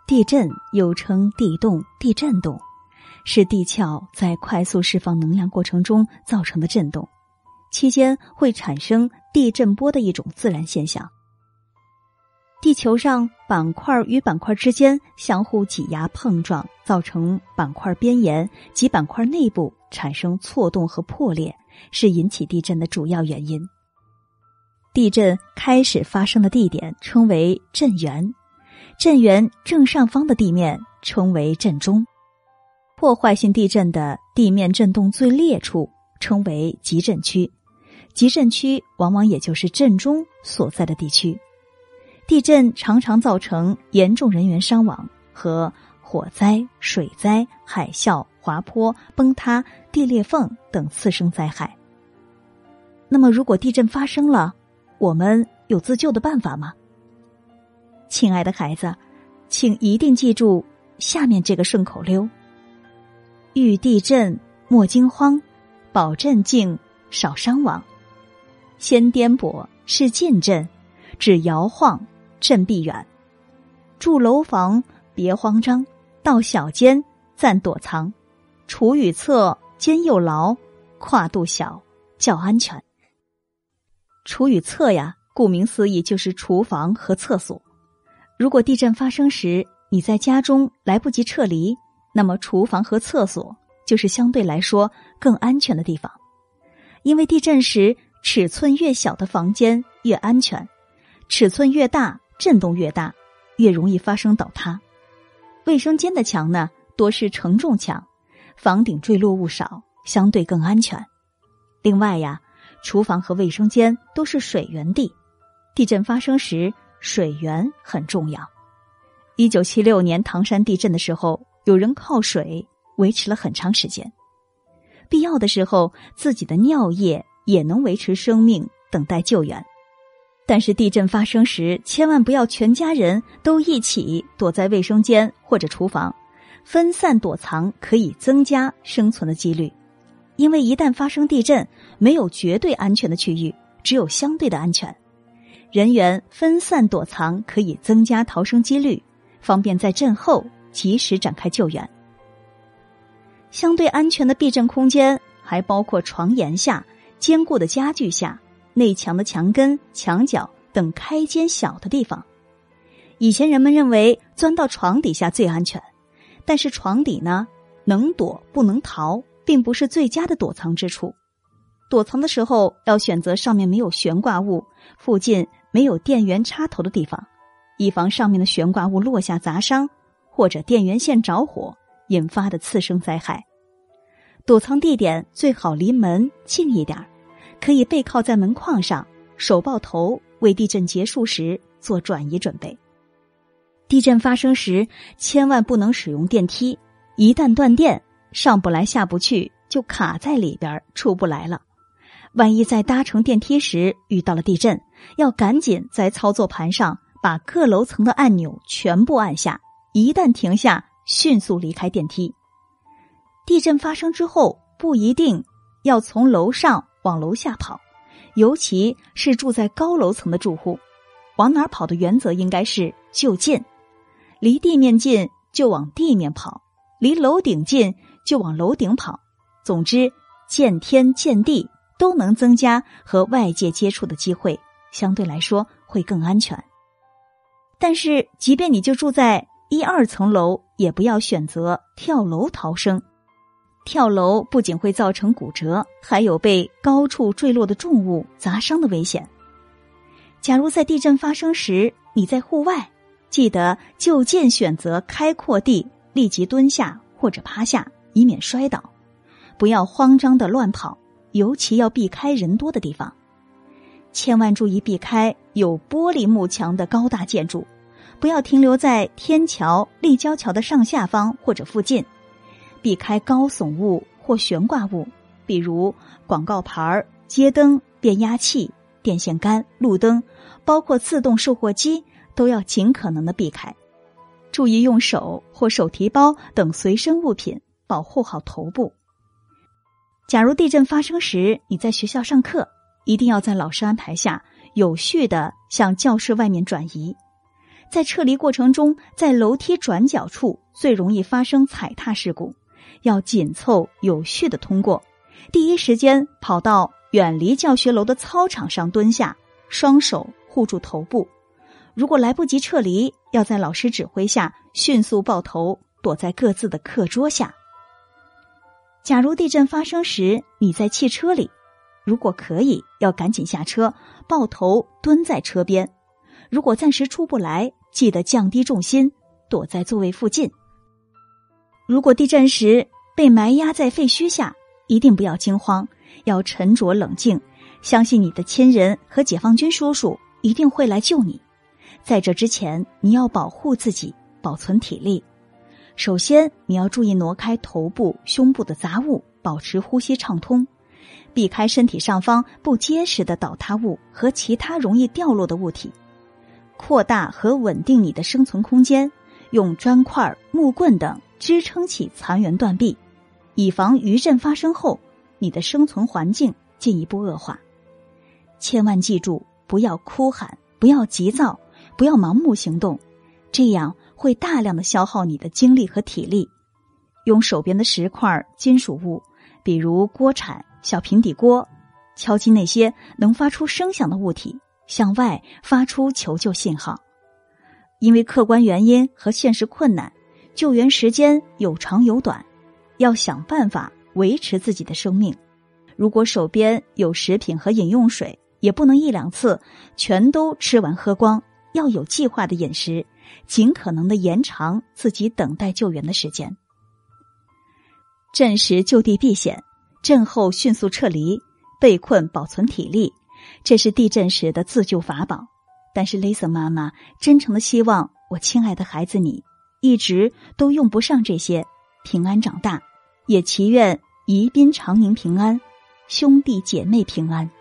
地震又称地动、地震动，是地壳在快速释放能量过程中造成的震动，期间会产生地震波的一种自然现象。地球上板块与板块之间相互挤压碰撞，造成板块边沿及板块内部产生错动和破裂，是引起地震的主要原因。地震开始发生的地点称为震源，震源正上方的地面称为震中。破坏性地震的地面震动最烈处称为集震区，集震区往往也就是震中所在的地区。地震常常造成严重人员伤亡和火灾、水灾、海啸、滑坡、崩塌、地裂缝等次生灾害。那么如果地震发生了，我们有自救的办法吗？亲爱的孩子，请一定记住下面这个顺口溜：遇地震莫惊慌，保震静少伤亡。先颠簸是近震，只摇晃震必远。住楼房别慌张，到小间暂躲藏。处与侧肩又牢，跨度小较安全。处与侧呀，顾名思义就是厨房和厕所。如果地震发生时你在家中来不及撤离，那么厨房和厕所就是相对来说更安全的地方。因为地震时尺寸越小的房间越安全，尺寸越大震动越大，越容易发生倒塌。卫生间的墙呢，多是承重墙，房顶坠落物少，相对更安全。另外呀，厨房和卫生间都是水源地，地震发生时水源很重要。1976年唐山地震的时候，有人靠水维持了很长时间，必要的时候自己的尿液也能维持生命，等待救援。但是地震发生时，千万不要全家人都一起躲在卫生间或者厨房，分散躲藏可以增加生存的几率。因为一旦发生地震，没有绝对安全的区域，只有相对的安全。人员分散躲藏可以增加逃生几率，方便在震后及时展开救援。相对安全的避震空间还包括床沿下、坚固的家具下、内墙的墙根、墙角等开间小的地方。以前人们认为钻到床底下最安全，但是床底呢，能躲不能逃，并不是最佳的躲藏之处。躲藏的时候要选择上面没有悬挂物，附近没有电源插头的地方，以防上面的悬挂物落下砸伤，或者电源线着火引发的次生灾害。躲藏地点最好离门近一点，可以背靠在门框上，手抱头，为地震结束时做转移准备。地震发生时千万不能使用电梯，一旦断电，上不来下不去，就卡在里边出不来了。万一在搭乘电梯时遇到了地震，要赶紧在操作盘上把各楼层的按钮全部按下，一旦停下，迅速离开电梯。地震发生之后，不一定要从楼上往楼下跑，尤其是住在高楼层的住户，往哪儿跑的原则应该是就近，离地面近就往地面跑，离楼顶近就往楼顶跑。总之，见天见地都能增加和外界接触的机会，相对来说会更安全。但是即便你就住在1、2层楼，也不要选择跳楼逃生。跳楼不仅会造成骨折，还有被高处坠落的重物砸伤的危险。假如在地震发生时你在户外，记得就近选择开阔地，立即蹲下或者趴下，以免摔倒。不要慌张地乱跑，尤其要避开人多的地方。千万注意避开有玻璃幕墙的高大建筑，不要停留在天桥、立交桥的上下方或者附近。避开高耸物或悬挂物，比如广告牌、街灯、变压器、电线杆、路灯，包括自动售货机，都要尽可能的避开。注意用手或手提包等随身物品保护好头部。假如地震发生时你在学校上课，一定要在老师安排下有序地向教室外面转移。 在撤离过程中，在楼梯转角处最容易发生踩踏事故，要紧凑有序地通过。第一时间跑到远离教学楼的操场上蹲下，双手护住头部。如果来不及撤离，要在老师指挥下迅速抱头，躲在各自的课桌下。假如地震发生时你在汽车里，如果可以，要赶紧下车，抱头蹲在车边。如果暂时出不来，记得降低重心，躲在座位附近。如果地震时被埋压在废墟下，一定不要惊慌，要沉着冷静，相信你的亲人和解放军叔叔一定会来救你。在这之前，你要保护自己，保存体力。首先，你要注意挪开头部、胸部的杂物，保持呼吸畅通，避开身体上方不结实的倒塌物和其他容易掉落的物体。扩大和稳定你的生存空间，用砖块、木棍等支撑起残垣断壁，以防余震发生后你的生存环境进一步恶化。千万记住，不要哭喊，不要急躁，不要盲目行动，这样会大量的消耗你的精力和体力。用手边的石块、金属物，比如锅铲、小平底锅，敲击那些能发出声响的物体，向外发出求救信号。因为客观原因和现实困难，救援时间有长有短，要想办法维持自己的生命。如果手边有食品和饮用水，也不能一两次全都吃完喝光，要有计划的饮食，尽可能的延长自己等待救援的时间。震时就地避险，震后迅速撤离，被困保存体力，这是地震时的自救法宝。但是 Lisa 妈妈真诚的希望我亲爱的孩子你一直都用不上这些，平安长大，也祈愿宜宾长宁平安，兄弟姐妹平安。